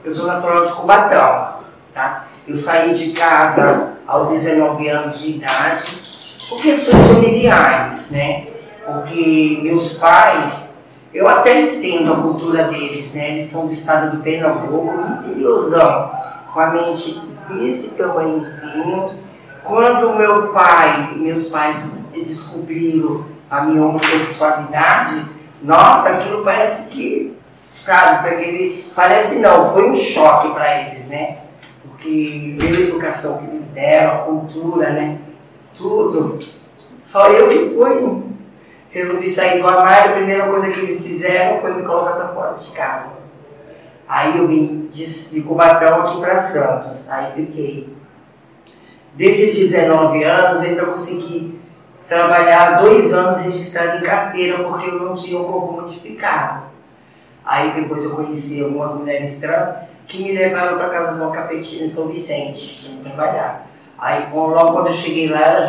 Eu sou natural de Cubatão, tá? Eu saí de casa aos 19 anos de idade por questões familiares, né? Porque meus pais, eu até entendo a cultura deles, né? Eles são do estado do Pernambuco, do interiorzão, com a mente desse tamanhozinho. Quando meus pais descobriram a minha homossexualidade, nossa, aquilo parece que, sabe, parece não, foi um choque para eles, né? Porque pela educação que eles deram, a cultura, né? Tudo. Só eu que resolvi sair do armário, a primeira coisa que eles fizeram foi me colocar para fora de casa. Aí eu vim de Cubatão aqui para Santos, aí fiquei. Desses 19 anos, eu ainda consegui trabalhar 2 anos registrado em carteira, porque eu não tinha o corpo modificado. Aí depois eu conheci algumas mulheres trans que me levaram para casa de uma capetinha em São Vicente, para trabalhar. Aí logo quando eu cheguei lá, ela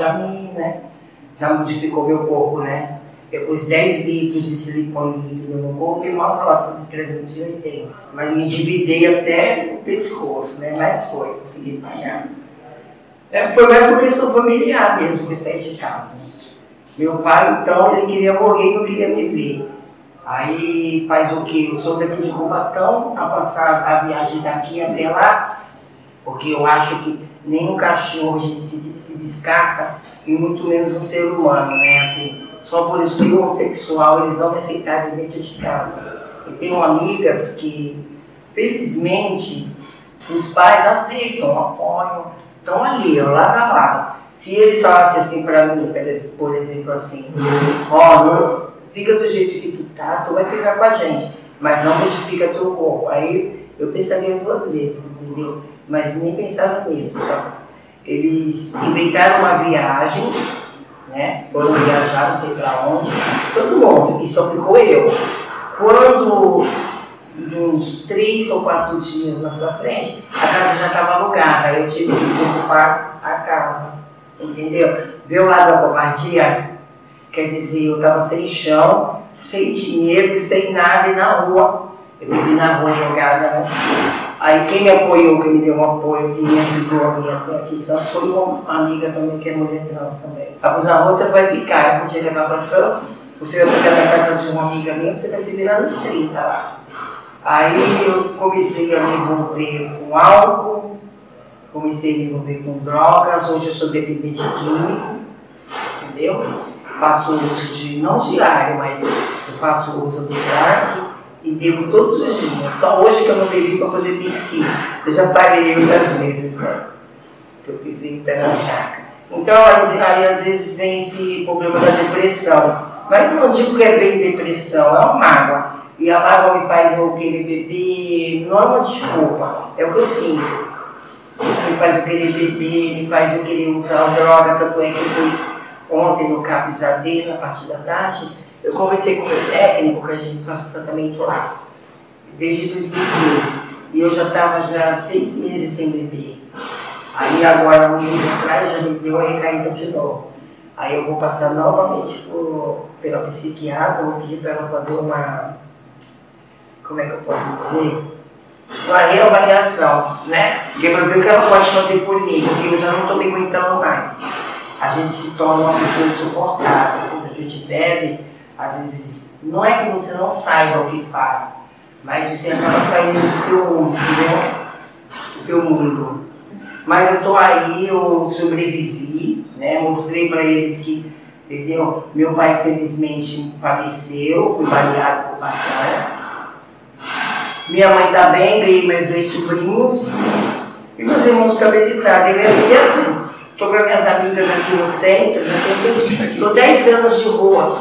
já modificou meu corpo, né? Eu pus 10 litros de silicone líquido no corpo e uma prótese de 380. Mas me dividei até o pescoço, né? Mas consegui pagar. Foi mais por questão familiar mesmo que eu saí de casa. Meu pai, então, ele queria morrer e não queria me ver. Aí faz o quê? Eu sou daqui de Cubatão, a passar a viagem daqui até lá, porque eu acho que nem um cachorro a gente se descarta, e muito menos um ser humano, né? Assim, só por eu ser homossexual, eles não me aceitarem dentro de casa. Eu tenho amigas que, felizmente, os pais aceitam, apoiam, estão ali, ó, lado a lado. Se eles falassem assim para mim, por exemplo, assim, não, fica do jeito que tu tá, tu vai ficar com a gente, mas não modifica teu corpo. Aí eu pensaria 2 vezes, entendeu? Mas nem pensaram nisso, tá? Eles inventaram uma viagem, né? Foram viajar, não sei para onde, todo mundo, e só ficou eu. Quando, uns 3 ou 4 dias na sua frente, a casa já estava alugada, aí eu tive que desocupar a casa, entendeu? Vê o lado da covardia? Quer dizer, eu estava sem chão, sem dinheiro, sem nada, e na rua. Eu vivi na rua jogada, né? Aí quem me apoiou, quem me deu um apoio, que me ajudou a vir até aqui em Santos, foi uma amiga também, que é mulher trans também. Ela falou, na rua você vai ficar, eu vou te levar para Santos, você vai ficar na casa de uma amiga minha, você vai se virar nos 30 lá. Aí eu comecei a me envolver com álcool, comecei a me envolver com drogas, hoje eu sou dependente químico, entendeu? Faço uso não diário, mas eu faço uso do crack e bebo todos os dias. Só hoje que eu não bebi para poder vir aqui. Eu já parei muitas vezes, né? Que eu pisei o pé na jaca. Então, aí às vezes vem esse problema da depressão. Mas eu não digo que é bem depressão, é uma mágoa. E a mágoa me faz eu querer beber, não é uma desculpa, é o que eu sinto. Me faz eu querer beber, me faz eu querer usar droga, tanto é que eu fui ontem no CAPS-AD, na parte da tarde, eu conversei com o meu técnico, que a gente faz tratamento lá, desde 2015. E eu já estava 6 meses sem beber. Aí agora, 1 mês atrás, já me deu a recaída de novo. Aí eu vou passar novamente pela psiquiatra, vou pedir para ela fazer uma, como é que eu posso dizer? Uma reavaliação, né? Porque eu ver o que ela pode fazer por mim, porque eu já não estou me aguentando mais. A gente se torna uma pessoa insuportável. Quando a gente bebe, às vezes, não é que você não saiba o que faz, mas você acaba saindo do teu mundo, entendeu? Do teu mundo. Mas eu estou aí, eu sobrevivi, né? Mostrei para eles que, entendeu? Meu pai, infelizmente, faleceu, fui baleado com batalha. Minha mãe está bem, ganhei mais 2 sobrinhos. E meus irmãos estabilizados. E assim, estou com as minhas amigas aqui no centro, estou 10 anos de rua.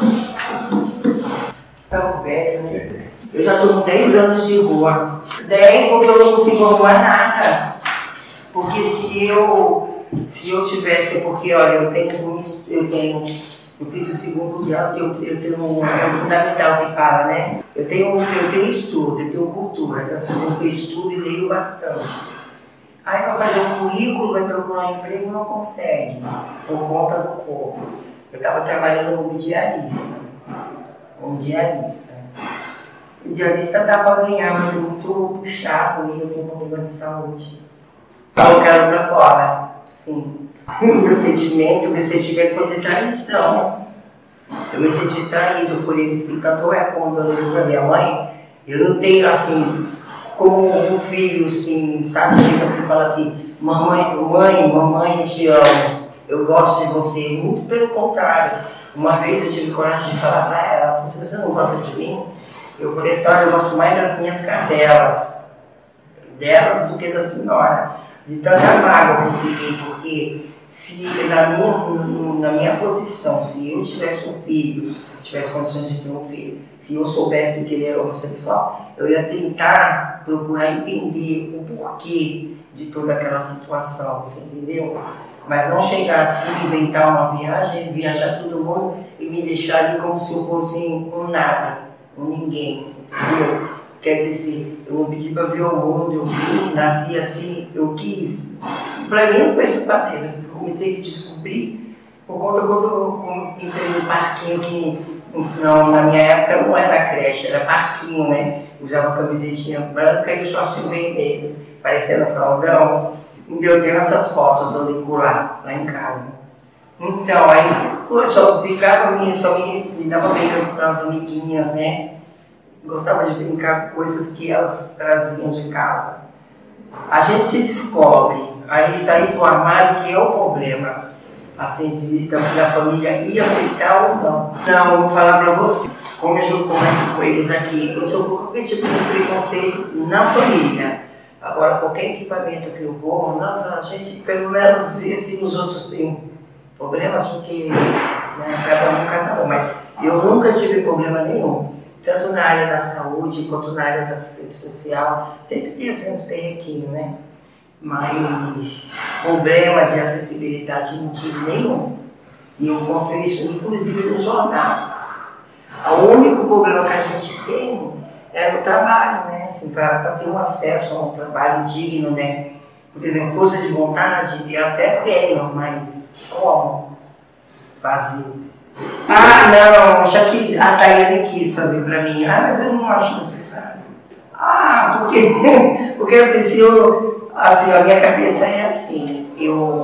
Tá velho, né? Eu já estou com 10 anos de rua. 10 porque eu não consigo arrumar nada. Porque se eu tivesse, porque olha, eu fiz o 2º grau, eu tenho é o fundamental que fala, né? Eu tenho estudo, eu tenho cultura, graças a Deus eu estudo e leio bastante. Aí para fazer um currículo, vai procurar um emprego, não consegue, por conta do corpo. Eu estava trabalhando como diarista. O diarista dá para ganhar, mas é muito puxado e eu tenho problema de saúde. Então eu quero para fora. Sim. Meu sentimento foi de traição. Eu me senti traído por eles, que tanto é quando eu ligo para minha mãe, eu não tenho assim, como um filho, assim, sabe? Fica assim, fala assim, mamãe, te amo, eu gosto de você. Muito pelo contrário. Uma vez eu tive coragem de falar para ela, se você não gosta de mim, eu falei assim, olha, eu gosto mais das minhas cadelas, delas do que da senhora. De tanta mágoa que eu fiquei, porque se na minha posição, se eu tivesse um filho, tivesse condições de ter um filho, se eu soubesse que ele era homossexual, eu ia tentar procurar entender o porquê de toda aquela situação, você entendeu? Mas não chegar assim, inventar uma viagem, viajar todo mundo e me deixar ali como se eu fosse um nada, um ninguém, entendeu? Quer dizer, eu não pedi para ver o mundo, eu vi, nasci assim, eu quis. Para mim não foi surpresa, eu comecei a descobrir por conta quando eu entrei no parquinho, que não, na minha época não era creche, era parquinho, né? Usava camisetinha branca e o shortinho vermelho, parecendo fraldão. Então eu tenho essas fotos, eu ligo lá em casa. Então, aí, pô, só me dava brincando com as amiguinhas, né? Gostava de brincar com coisas que elas traziam de casa. A gente se descobre, aí sair do armário que é o problema. Assim, da família ia aceitar ou não. Não, eu vou falar pra você. Como eu começo com eles aqui, eu sou qualquer tipo de preconceito na família. Agora, qualquer equipamento que eu vou, nossa, a gente pelo menos vê se os outros têm problemas, porque né, cada um, mas eu nunca tive problema nenhum. Tanto na área da saúde, quanto na área da assistência social, sempre tem assim uns perrequinhos, né? Mas problema de acessibilidade não tive nenhum. E eu conto isso, inclusive, no jornal. O único problema que a gente tem é o trabalho, né? Assim, para ter um acesso a um trabalho digno, né? Por exemplo, força de vontade, eu até tenho, mas como fazer? Ah, não, já quis, a Tayane quis fazer pra mim. Ah, mas eu não acho necessário. Ah, porque assim, se eu, assim, a minha cabeça é assim, eu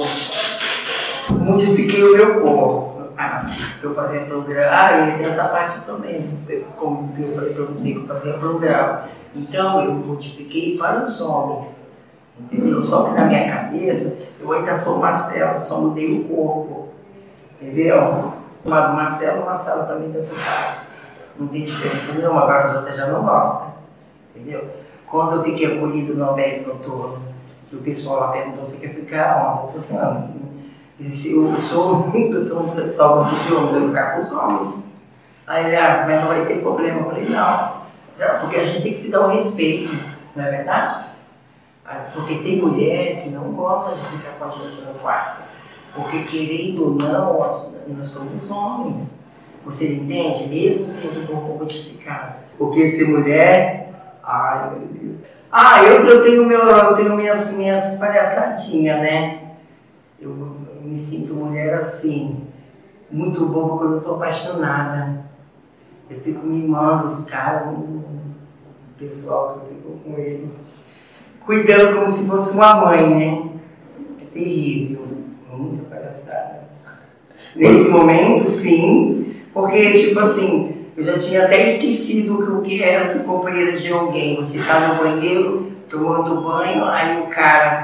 modifiquei o meu corpo. Eu fazia programa, e tem essa parte também, como eu falei pra você, que eu fazia programa. Então, eu modifiquei para os homens, entendeu? Só que na minha cabeça, eu ainda sou Marcelo, só mudei o corpo, entendeu? Marcelo para mim tanto faz. Não tem diferença nenhuma, agora as outras já não gostam. Entendeu? Quando eu fiquei acolhido no Albergue Doutor, que o pessoal lá perguntou se quer ficar onde, eu falei assim, eu sou homossexual, eu sou de homens, eu vou ficar com os homens. Aí ele, mas não vai ter problema. Eu falei, não, porque a gente tem que se dar um respeito, não é verdade? Porque tem mulher que não gosta de ficar com a gente no quarto. Porque querendo ou não, nós somos homens. Você entende? Mesmo tendo o corpo modificado. Porque ser mulher, ai meu Deus. Eu tenho minhas palhaçadinhas, né? Eu me sinto mulher assim, muito boba quando eu estou apaixonada. Eu fico mimando os caras, o pessoal que eu fico com eles. Cuidando como se fosse uma mãe, né? É terrível. Muita palhaçada. Nesse momento, sim, porque, tipo assim, eu já tinha até esquecido o que era ser companheira de alguém. Você tá no banheiro, tomando banho, aí o cara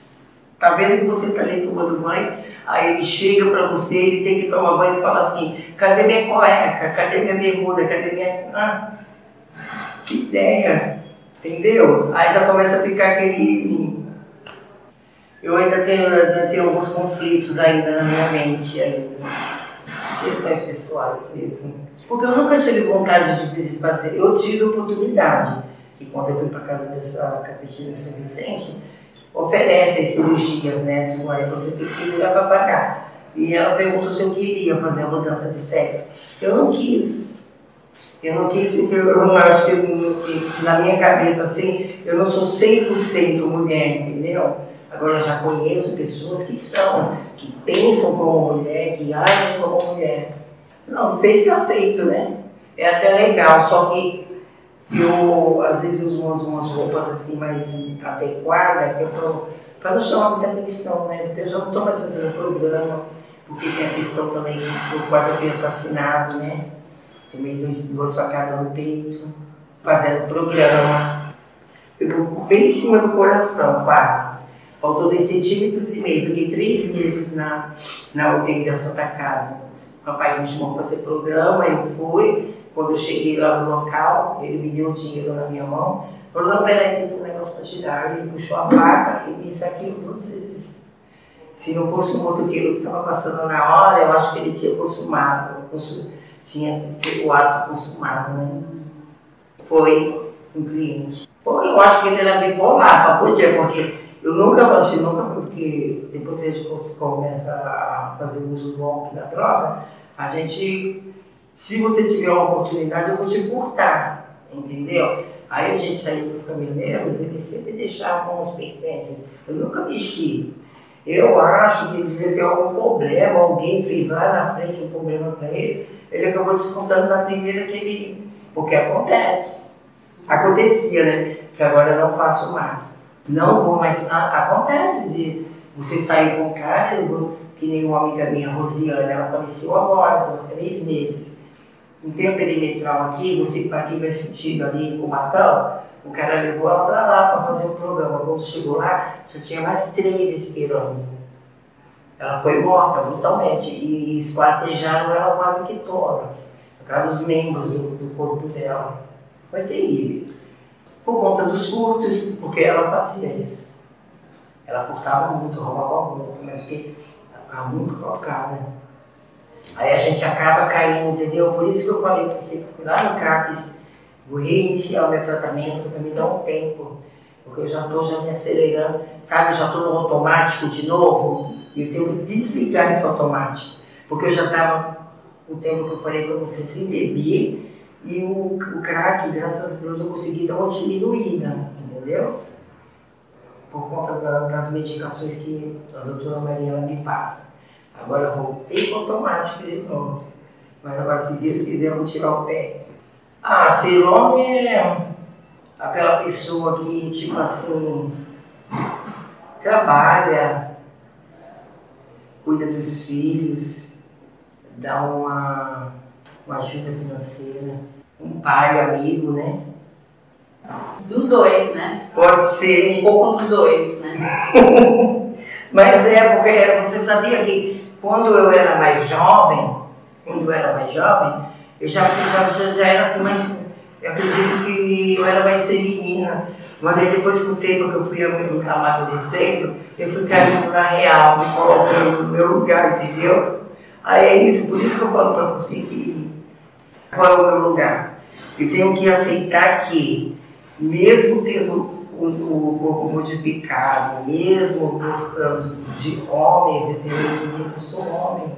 tá vendo que você tá ali tomando banho, aí ele chega pra você, ele tem que tomar banho e fala assim, cadê minha cueca? Cadê minha bermuda? Cadê minha... que ideia, entendeu? Aí já começa a ficar aquele... Eu ainda tenho alguns conflitos ainda na minha mente, ainda. Questões pessoais mesmo. Porque eu nunca tive vontade de fazer. Eu tive oportunidade, que quando eu fui para casa dessa capetinha de São Vicente, oferece as cirurgias, né? Aí você tem que se virar para pagar. E ela perguntou se eu queria fazer a mudança de sexo. Eu não quis. Eu não quis porque eu não acho que na minha cabeça assim, eu não sou 100% mulher, entendeu? Agora eu já conheço pessoas que pensam como mulher, que agem como mulher. Não, fez está feito, né? É até legal, só que Eu, às vezes, uso umas roupas assim mais adequadas, que eu para não chamar muita atenção, né? Porque eu já não estou mais fazendo programa, porque tem a questão também do quase eu fui assassinado, né? Tomei 2 facadas no peito, fazendo programa. Ficou bem em cima do coração, quase. Faltou 2,5 cm. Fiquei 3 meses na UTI da Santa Casa. O rapaz me chamou para fazer programa, eu fui. Quando eu cheguei lá no local, ele me deu o dinheiro na minha mão. Falou, não, peraí, que tem um negócio para te dar. Ele puxou a placa e me disse aquilo 2 vezes. Se não fosse um motoqueiro que estava passando na hora, eu acho que ele tinha consumado. Tinha o ato consumado, né? Foi um cliente. Pô, eu acho que ele era bipolar, só podia, porque eu nunca passei, porque depois que a gente começa a fazer o uso do álcool da droga, a gente, se você tiver uma oportunidade, eu vou te cortar, entendeu? Aí a gente saiu com os caminhoneiros, eles sempre deixavam os pertences. Eu nunca mexi. Eu acho que ele devia ter algum problema, alguém fez lá na frente um problema para ele, ele acabou descontando na primeira que ele... Porque acontece. Acontecia, né? Que agora eu não faço mais. Não vou mais... Acontece de você sair com um cara, que nem uma amiga minha, Rosiana, ela faleceu agora, tem uns 3 meses. Não tem a perimetral aqui, você, para quem vai sentindo ali o Matão, o cara levou ela para lá para fazer o programa. Quando chegou lá, já tinha mais 3 esperando. Ela foi morta brutalmente e esquartejaram ela quase que toda. Ficaram os membros do corpo dela. Foi terrível. Por conta dos furtos, porque ela fazia isso. Ela furtava muito, roubava muito, mas que ela ficava muito colocada. Aí a gente acaba caindo, entendeu? Por isso que eu falei para você que eu fui lá no CAPES, vou reiniciar o meu tratamento, para me dar um tempo, porque eu já estou me acelerando, sabe? Já estou no automático de novo, e eu tenho que desligar esse automático, porque eu já estava, o tempo que eu falei para você, sem beber, e o crack, graças a Deus, eu consegui dar uma diminuída, entendeu? Por conta das medicações que a doutora Mariana me passa. Agora eu voltei para o automático de novo, mas agora, se Deus quiser, eu vou tirar o pé. Ser homem é aquela pessoa que, tipo assim, trabalha, cuida dos filhos, dá uma ajuda financeira, um pai, amigo, né? Dos dois, né? Pode ser. Um pouco dos dois, né? Mas porque você sabia que quando eu era mais jovem, eu já era assim, mas eu acredito que eu era mais feminina. Mas aí depois com o tempo que eu fui amadurecendo, eu fui caindo na real, me colocando no meu lugar, entendeu? Aí é isso, por isso que eu falo para você que qual é o meu lugar. Eu tenho que aceitar que, mesmo tendo o corpo modificado, mesmo gostando de homens, eu tenho que entender que eu sou homem.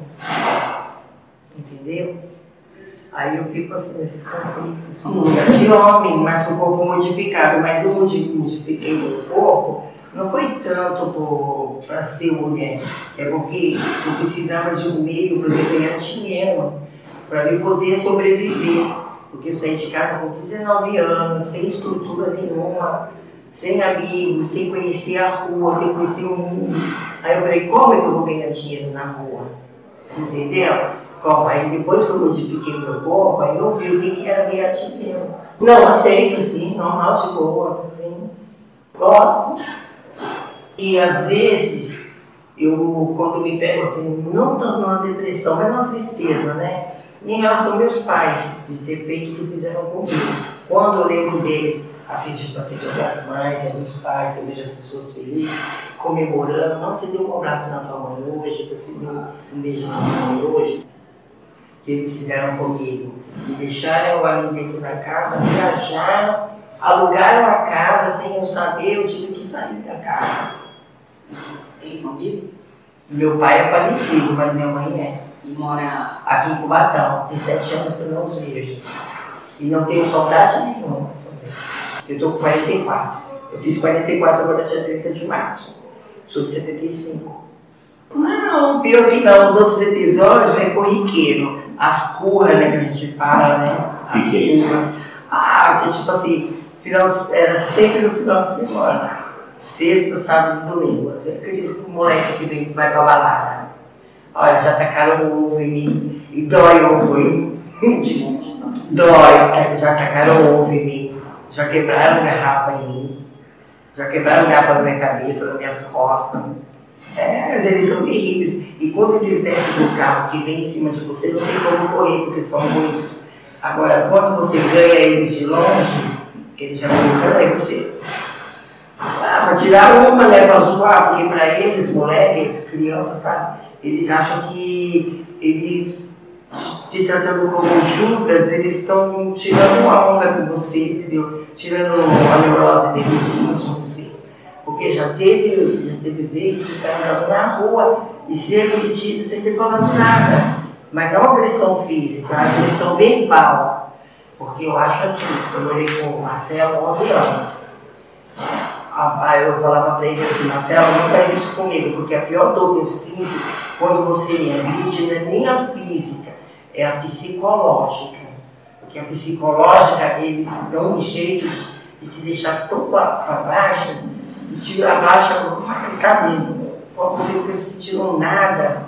Entendeu? Aí eu fico assim, nesses conflitos. De homem, mas com o corpo modificado. Mas eu modifiquei meu corpo, não foi tanto para ser mulher, é porque eu precisava de um meio para ganhar dinheiro, para eu poder sobreviver. Porque eu saí de casa com 19 anos, sem estrutura nenhuma, sem amigos, sem conhecer a rua, sem conhecer o mundo. Aí eu falei, como é que eu vou ganhar dinheiro na rua? Entendeu? Como? Aí depois que eu modifiquei o meu corpo, aí eu vi o que era ganhar dinheiro. Não, aceito sim, normal, de boa, assim, gosto. E às vezes, eu quando me pego assim, não tanto numa depressão, mas numa tristeza, né? Em relação aos meus pais, de ter feito o que fizeram comigo. Quando eu lembro deles, assim, tipo assim, de das mães, de meus pais, eu vejo as pessoas felizes, comemorando. Nossa, você deu um abraço na tua mãe hoje, você deu um beijo na tua mãe hoje, que eles fizeram comigo. Me deixaram ali dentro da casa, viajaram, alugaram a casa sem eu saber, eu tive que sair da casa. Eles são vivos? Meu pai é falecido, mas minha mãe é. E mora aqui em Cubatão. Tem 7 anos que eu não vejo. E não tenho saudade nenhuma também. Eu estou com 44. Eu fiz 44 agora dia 30 de março. Sou de 75. Não, pior que não. Os outros episódios é corriqueiro. As curras, né, que a gente fala, né? As curras. fácil, tipo assim, era sempre no final de semana. Sexta, sábado e domingo. Aqueles moleque que vai pra balada. Olha, já tacaram o ovo em mim. E dói o ovo, hein? Dói, já tacaram o ovo em mim. Já quebraram garrafa em mim. Já quebraram garrafa na minha cabeça, nas minhas costas. Mas eles são terríveis. E quando eles descem do carro que vem em cima de você, não tem como correr, porque são muitos. Agora, quando você ganha eles de longe, que eles já brincam, aí você... pra tirar uma, né, pra zoar, porque pra eles, moleques, crianças, sabe? Eles acham que eles, te tratando como Judas, eles estão tirando uma onda com você, entendeu? Tirando a neurose deles em cima de você. Porque já teve vez que tá andando na rua e ser agredido sem ter falado nada. Mas não agressão física, agressão verbal. Porque eu acho assim, eu morei com o Marcelo 11 anos. Aí eu falava pra ele assim, Marcelo, não faz isso comigo, porque a pior dor que eu sinto quando você me agride não é nem a física, é a psicológica. Porque a psicológica, eles dão um jeito de te deixar tão pra baixo, que te abaixa, sabe, quando você não está sentindo nada.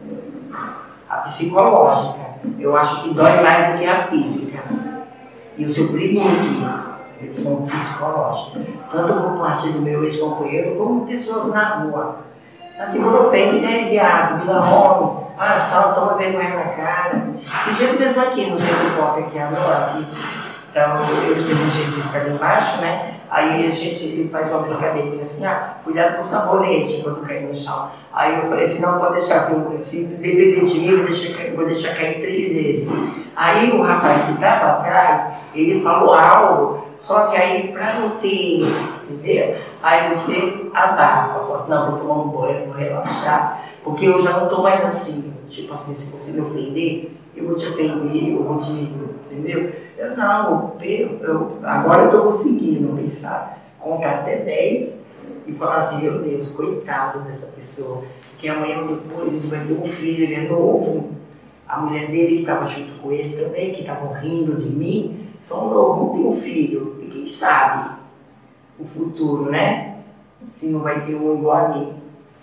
A psicológica, eu acho que dói mais do que a física. E eu sofri muito isso. Eles são psicológicos, tanto por parte do meu ex-companheiro, como pessoas na rua. Assim, propência é viado, vira homem, assalto, toma vergonha na cara. E dias mesmo aqui, no centro pop aqui agora, aqui, então, eu sou evangelista ali embaixo, né? Aí a gente faz uma brincadeirinha assim, cuidado com o sabonete quando cair no chão. Aí eu falei assim, não pode deixar, que se depender de mim, eu vou deixar cair 3 vezes. Aí o rapaz que estava atrás, ele falou algo, só que aí pra não ter, entendeu? Aí você abafa, fala assim, não, vou tomar um banho, vou relaxar, porque eu já não estou mais assim. Tipo assim, se você me ofender, eu vou te ofender, eu vou te, entendeu? Eu não, agora eu estou conseguindo pensar, contar até 10 e falar assim, meu Deus, coitado dessa pessoa, porque amanhã ou depois ele vai ter um filho, ele é novo, a mulher dele que estava junto com ele também, que estavam rindo de mim, são novos, não tem um filho, e quem sabe o futuro, né? Se não vai ter um igual a mim.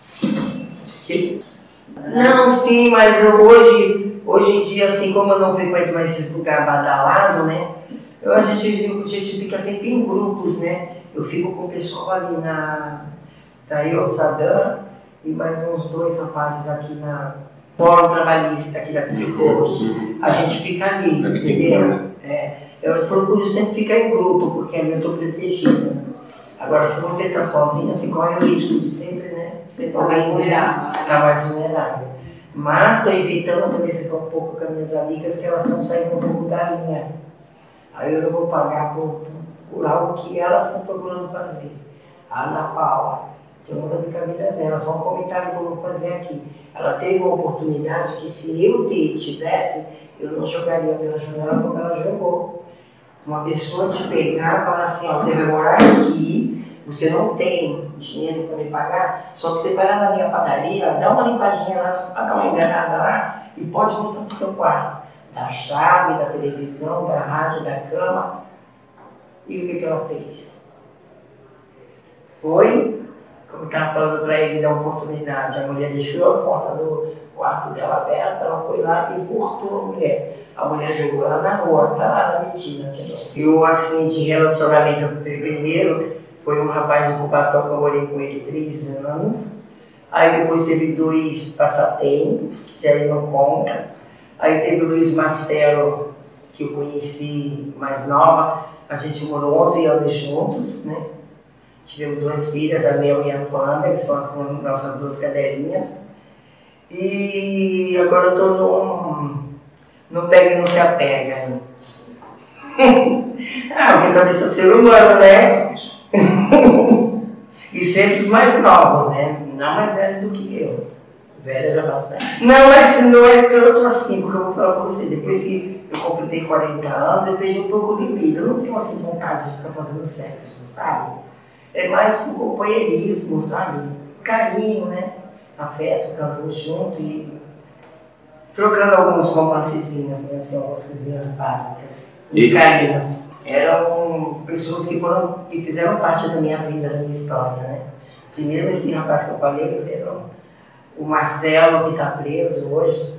Não, sim, mas hoje em dia, assim, como eu não frequento mais esses lugares badalados, né? A gente fica sempre em grupos, né? Eu fico com o pessoal ali daí o Sadam e mais uns 2 rapazes aqui na Fórum Trabalhista, aqui da Piticor. A gente fica ali, entendeu? Eu procuro sempre ficar em grupo, porque ali eu estou protegida. Agora, se você está sozinha, você corre o risco de sempre, né? Você está mais vulnerável. Está mais vulnerável. Mas estou evitando também ficar um pouco com as minhas amigas, que elas estão saindo um pouco da linha. Aí eu não vou pagar por algo que elas estão procurando fazer. A Ana Paula, que eu não dou a vida dela, só um comentário que eu vou fazer aqui. Ela teve uma oportunidade que se eu tivesse, eu não jogaria pela janela como ela jogou. Uma pessoa te pegar e falar assim, você vai morar aqui, você não tem dinheiro para me pagar, só que você vai lá na minha padaria, dá uma limpadinha lá, só para dar uma enganada lá e pode voltar para o seu quarto. Da chave, da televisão, da rádio, da cama. E o que ela fez? Foi, como estava falando para ele, dar oportunidade. A mulher deixou a porta do quarto dela aberta, ela foi lá e furtou a mulher. A mulher jogou ela na rua, está lá na Medina. Eu, assim, de relacionamento primeiro, foi um rapaz de Cubatão que eu morei com ele 3 anos. Aí depois teve 2 passatempos, que aí não conta. Aí teve o Luiz Marcelo, que eu conheci mais nova. A gente morou 11 anos juntos, né? Tivemos 2 filhas, a Mel e a Panda, que são as nossas 2 cadelinhas. E agora eu tô no pega e não se apega. Porque também sou ser humano, né? E sempre os mais novos, né? Não mais velhos do que eu. Velha já bastante. Não, mas não é tanto assim, porque eu vou falar pra você. Depois que eu completei 40 anos, eu perdi um pouco de libido. Eu não tenho assim vontade de ficar fazendo sexo, sabe? É mais com companheirismo, sabe? Carinho, né? Afeto, cantando junto e trocando alguns romancezinhos, né? Assim, algumas coisinhas básicas. Os carinhos. eram pessoas que fizeram parte da minha vida, da minha história, né? Primeiro esse rapaz que eu falei, o Marcelo, que está preso hoje,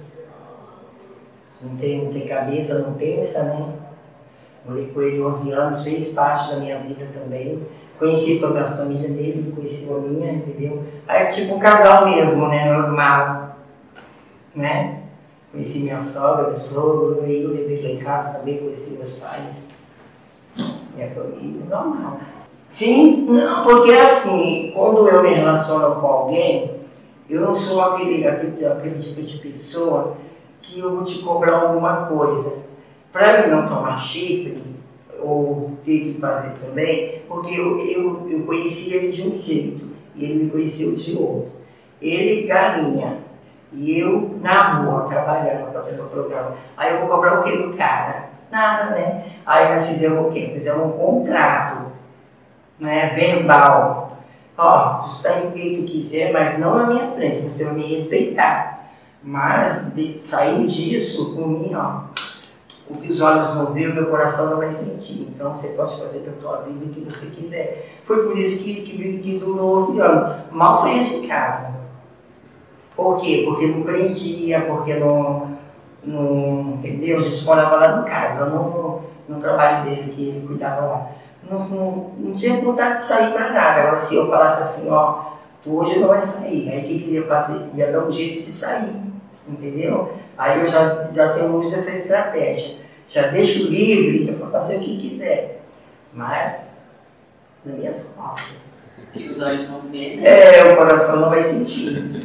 não tem cabeça, não pensa, né? Morei com ele 11 anos, fez parte da minha vida também. Conheci a família dele, conheci a minha, entendeu? Aí tipo um casal mesmo, né? Normal, né? Conheci minha sogra, meu sogro, aí eu levei lá em casa também, conheci meus pais, minha família, normal. Sim, não, porque assim, quando eu me relaciono com alguém, eu não sou aquele tipo de pessoa que eu vou te cobrar alguma coisa. Para mim não tomar chifre, ou ter que fazer também, porque eu conheci ele de um jeito, e ele me conheceu de outro. Ele galinha, e eu na rua, trabalhando, fazendo o programa. Aí eu vou cobrar o que do cara? Nada, né? Aí nós fizemos o quê? Fizemos um contrato, né, verbal. Ó, tu sai o que tu quiser, mas não na minha frente, você vai me respeitar. Mas saiu disso, por mim, ó, o que os olhos não veem, o meu coração não vai sentir. Então você pode fazer da tua vida o que você quiser. Foi por isso que durou 11 anos. Mal saía de casa. Por quê? Porque não prendia, porque não entendeu? A gente morava lá em casa, no trabalho dele, que ele cuidava lá. Não tinha vontade de sair para nada. Agora, se eu falasse assim, ó, tu hoje não vai sair. Aí o que eu queria fazer? Ia dar um jeito de sair, entendeu? Aí eu já tenho muito essa estratégia. Já deixo livre para fazer o que quiser. Mas, nas minhas costas. Que os olhos vão ver, né? É, o coração não vai sentir.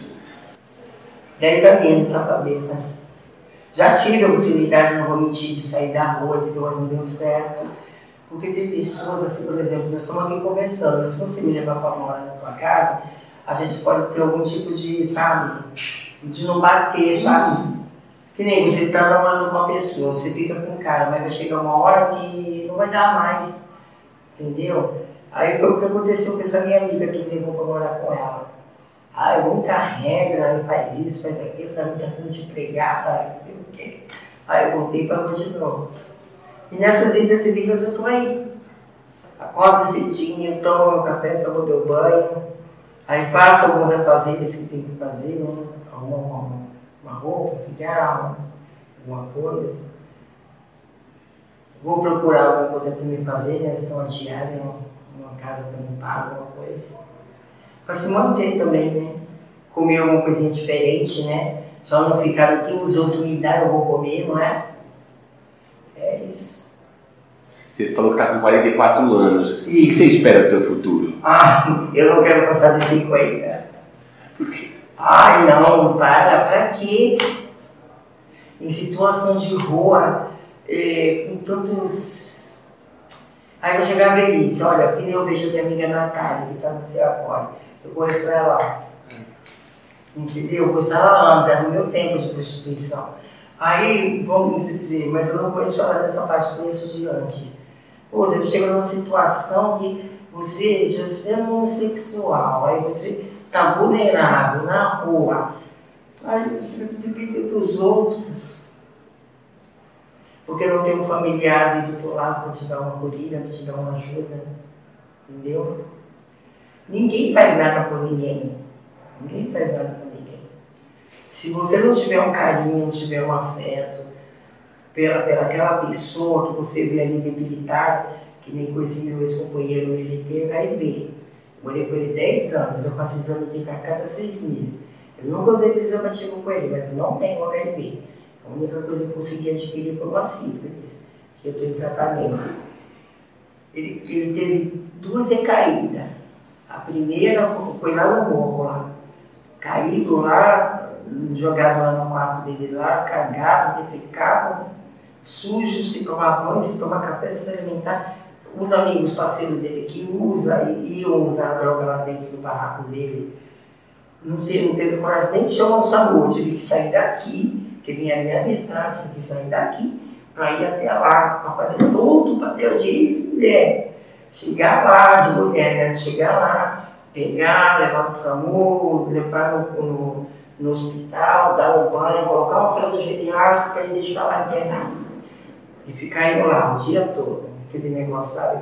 10 aninhos de safadeza. Já tive a oportunidade, não vou mentir, de sair da rua, de mas não deu certo. Porque tem pessoas, assim, por exemplo, nós estamos aqui conversando, se você me levar para morar na tua casa, a gente pode ter algum tipo de, sabe, de não bater, sabe? Que nem você está namorando com uma pessoa, você fica com um cara, mas vai chegar uma hora que não vai dar mais, entendeu? Aí foi o que aconteceu com essa minha amiga que me levou para morar com ela. Ai, muita regra, faz isso, faz aquilo, tá me tratando de empregada, o quê? Aí eu voltei para hoje de novo. E nessas idas e vindas eu tô aí. Acordo cedinho, tomo meu café, tomo meu banho, aí faço alguns afazeres que eu tenho que fazer, né? Arrumo uma roupa, cigarro, alguma coisa. Vou procurar alguma coisa para me fazer, né? Estou uma diária, uma casa para limpar, alguma coisa. Para se manter também, né? Comer alguma coisinha diferente, né? Só não ficar no que os outros me dão, eu vou comer, não é? É isso. Você falou que está com 44 anos. O que você espera do teu futuro? Ah, eu não quero passar de 50. Por quê? Ai, não, pra quê? Em situação de rua, com tantos... Aí vai chegar a velhice, olha, que nem eu vejo a minha amiga Natália, que está no céu agora. Eu conheço ela, entendeu? Eu conheço ela antes, era no meu tempo de prostituição. Aí, vamos dizer, mas eu não conheço ela dessa parte, conheço de antes. Pô, você chega numa situação que você já sendo homossexual, aí você está vulnerável na rua, aí você depende dos outros. Porque não tem um familiar ali do teu lado para te dar uma acolhida, para te dar uma ajuda, entendeu? Ninguém faz nada por ninguém. Ninguém faz nada por ninguém. Se você não tiver um carinho, não tiver um afeto pelaquela pessoa que você vê ali debilitada, que nem com esse meu ex-companheiro, ele tem HIV. Morei com ele 10 anos, eu faço exame de a cada 6 meses. Eu nunca usei preservativo com ele, mas eu não tenho HIV. A única coisa que eu consegui adquirir foi uma sífilis, que eu estou em tratamento. Ele teve 2 recaídas. A primeira foi lá no morro, lá. Caído lá, jogado lá no quarto dele lá, cagado, defecado, sujo, se tomar banho, se tomar café, se alimentar. Os amigos, parceiros dele que iam usar a droga lá dentro do barraco dele, não teve coragem nem de chamar o SAMU, tive que sair daqui, porque vinha me avisar, tive que sair daqui para ir até lá, para fazer todo o papel de ex-mulher. Chegar lá, de mulher, né? Chegar lá, pegar, levar para o SAMU, levar no hospital, dar um banho, colocar uma fralda geriátrica e deixar lá internado. E ficar indo lá o dia todo. aquele negócio, sabe?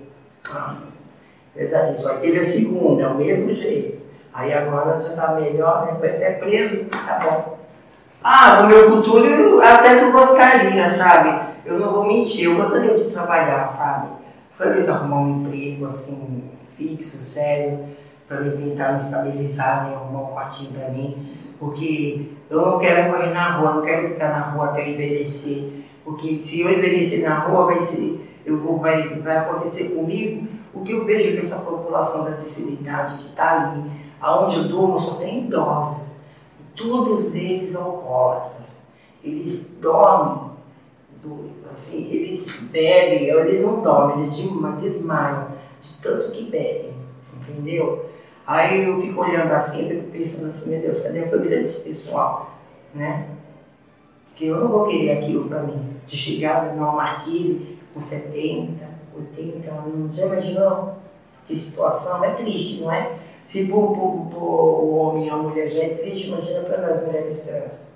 Pesadíssimo. Aí teve a segunda, o mesmo jeito. Aí agora já tá melhor, né? Foi até preso, tá bom. No meu futuro eu até que eu gostaria, sabe? Eu não vou mentir, eu gostaria de trabalhar, sabe? Gostaria de arrumar um emprego assim, fixo, sério, para mim tentar me estabilizar, né? Arrumar um quartinho para mim, porque eu não quero morrer na rua, não quero ficar na rua até eu envelhecer, porque se eu envelhecer na rua vai acontecer comigo o que eu vejo que essa população da terceira idade que está ali, aonde eu durmo só tem idosos, todos eles alcoólatras, eles dormem, assim, eles bebem, eles não dormem, eles desmaiam de tanto que bebem, entendeu? Aí eu fico olhando assim, eu fico pensando assim, meu Deus, cadê a família desse pessoal, né? Porque eu não vou querer aquilo para mim, de chegar numa marquise com 70, 80 anos, já imaginou? Que situação, é triste, não é? Se pro o homem e a mulher já é triste, imagina para nós mulheres trans.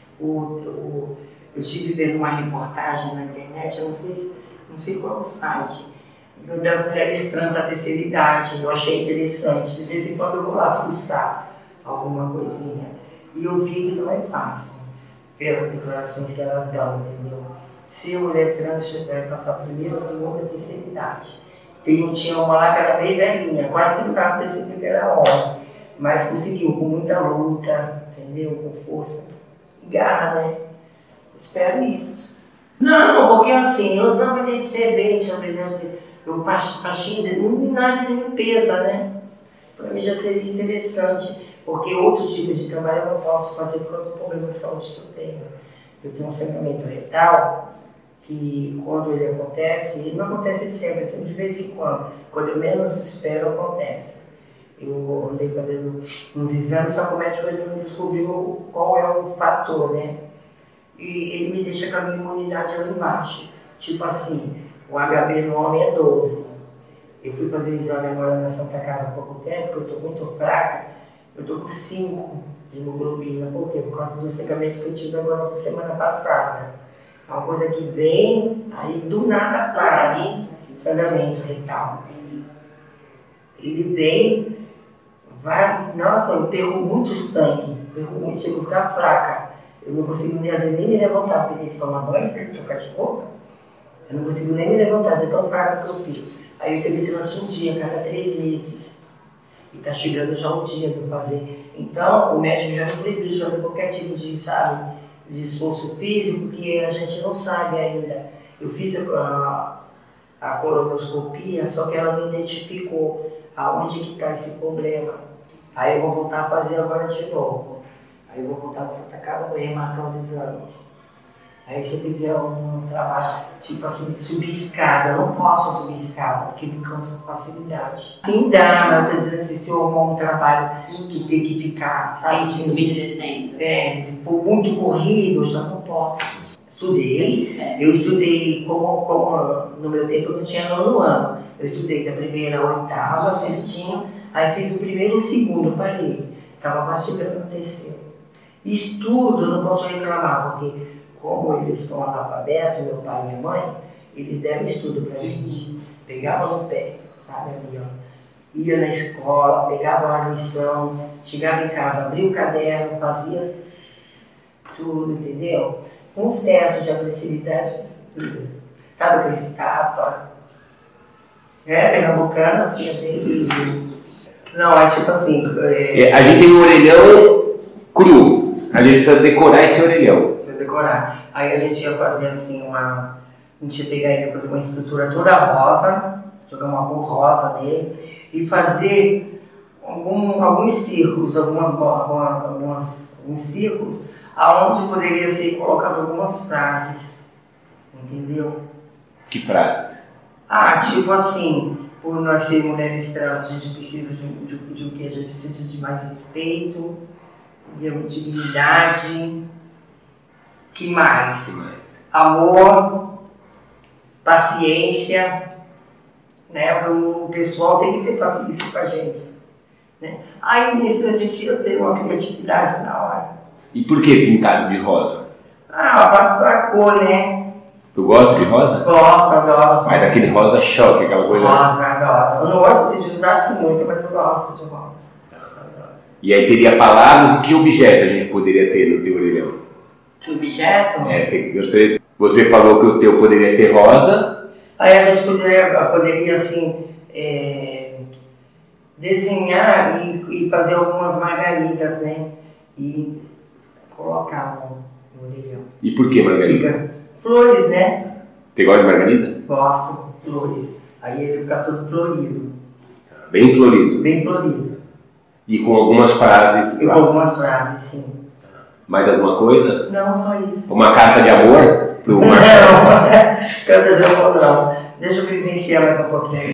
Eu estive vendo uma reportagem na internet, eu não sei qual site, das mulheres trans da terceira idade, eu achei interessante. De vez em quando eu vou lá fuçar alguma coisinha. E eu vi que não é fácil, pelas declarações que elas dão, entendeu? Se a mulher trans passar a primeira, a segunda, a terceira idade. Tinha uma lá que era bem velhinha, quase que não estava percebendo que era homem, mas conseguiu com muita luta, entendeu? Com força e garra, né? Espero isso. Não, porque assim, eu trabalhei de servente, eu faxina, não nada de limpeza, né? Para mim já seria interessante, porque outro tipo de trabalho eu não posso fazer por causa do problema de saúde que eu tenho. Eu tenho um sangramento retal, que quando ele não acontece sempre, é sempre de vez em quando eu menos espero, acontece. Eu andei fazendo uns exames, só que o médico ainda não descobriu qual é o fator, né? E ele me deixa com a minha imunidade lá embaixo. Tipo assim, o HB no homem é 12. Eu fui fazer o exame agora na Santa Casa há pouco tempo, porque eu estou muito fraca, eu estou com 5 de hemoglobina. Por quê? Por causa do secamento que eu tive agora semana passada. É uma coisa que vem, aí do nada sai. Sangramento retal. Ele vem, nossa, eu perco muito sangue, chego a ficar fraca. Eu não consigo nem me levantar, porque tem que tomar banho, tem que trocar de roupa. Eu não consigo nem me levantar, de tão fraca que eu fico. Aí eu tenho que transfundir a cada 3 meses. E está chegando já o dia para fazer. Então, o médico já me proibiu de fazer qualquer tipo de, sabe, de esforço físico, que a gente não sabe ainda. Eu fiz a colonoscopia, só que ela não identificou aonde que está esse problema. Aí eu vou voltar a fazer agora de novo. Aí eu vou voltar na Santa Casa para remarcar os exames. Aí se eu fizer um trabalho, tipo assim, subir escada, eu não posso subir escada, porque me canso com facilidade. Sim dá, mas eu estou dizendo assim, se eu arrumar um trabalho que tem que ficar, sabe? Tem que subir e descendo. Se for muito corrido, eu já não posso. Eu estudei, como no meu tempo eu não tinha 9º ano. Eu estudei da primeira à 8ª, certinho, aí fiz o primeiro e o segundo, parei. Estava quase chegando no terceiro. Estudo, não posso reclamar, porque como eles são analfabetos, meu pai e minha mãe, eles deram estudo pra gente. Pegava no pé, sabe, ali, ó. Ia na escola, pegava a lição, chegava em casa, abria o caderno, fazia tudo, entendeu? Com certo de agressividade, sabe aquele escapa? Pernambucana, filha dele. Não, é tipo assim. A gente tem um orelhão cru. A gente precisa decorar esse orelhão. Precisa decorar. Aí a gente ia fazer assim a gente ia pegar ele, fazer uma estrutura toda rosa, jogar uma cor rosa nele e fazer alguns círculos, alguns círculos, aonde poderia ser colocado algumas frases, entendeu? Que frases? Tipo assim, por nós ser mulheres trans, a gente precisa de o quê? A gente precisa de mais respeito, de dignidade, que mais? Amor, paciência, né? O pessoal tem que ter paciência com a gente, né? Aí nisso a gente ia ter uma criatividade na hora. E por que pintado de rosa? A cor, né? Tu gosta de rosa? Gosto, adoro. Mas aquele rosa choque, aquela coisa. Rosa, adoro. Eu não gosto assim, de usar assim muito, mas eu gosto de rosa. E aí teria palavras e que objeto a gente poderia ter no teu orelhão? Que objeto? Você falou que o teu poderia ser rosa. Aí a gente poderia assim, desenhar e fazer algumas margaridas, né? E colocar no orelhão. E por que margarida? Fica flores, né? Você gosta de margarida? Gosto, flores. Aí ele fica todo florido. Bem florido. Bem florido. E com algumas frases. E com algumas frases, sim. Mais alguma coisa? Não, só isso. Uma carta de amor? Não, carta de amor não. Deixa eu vivenciar mais um pouquinho.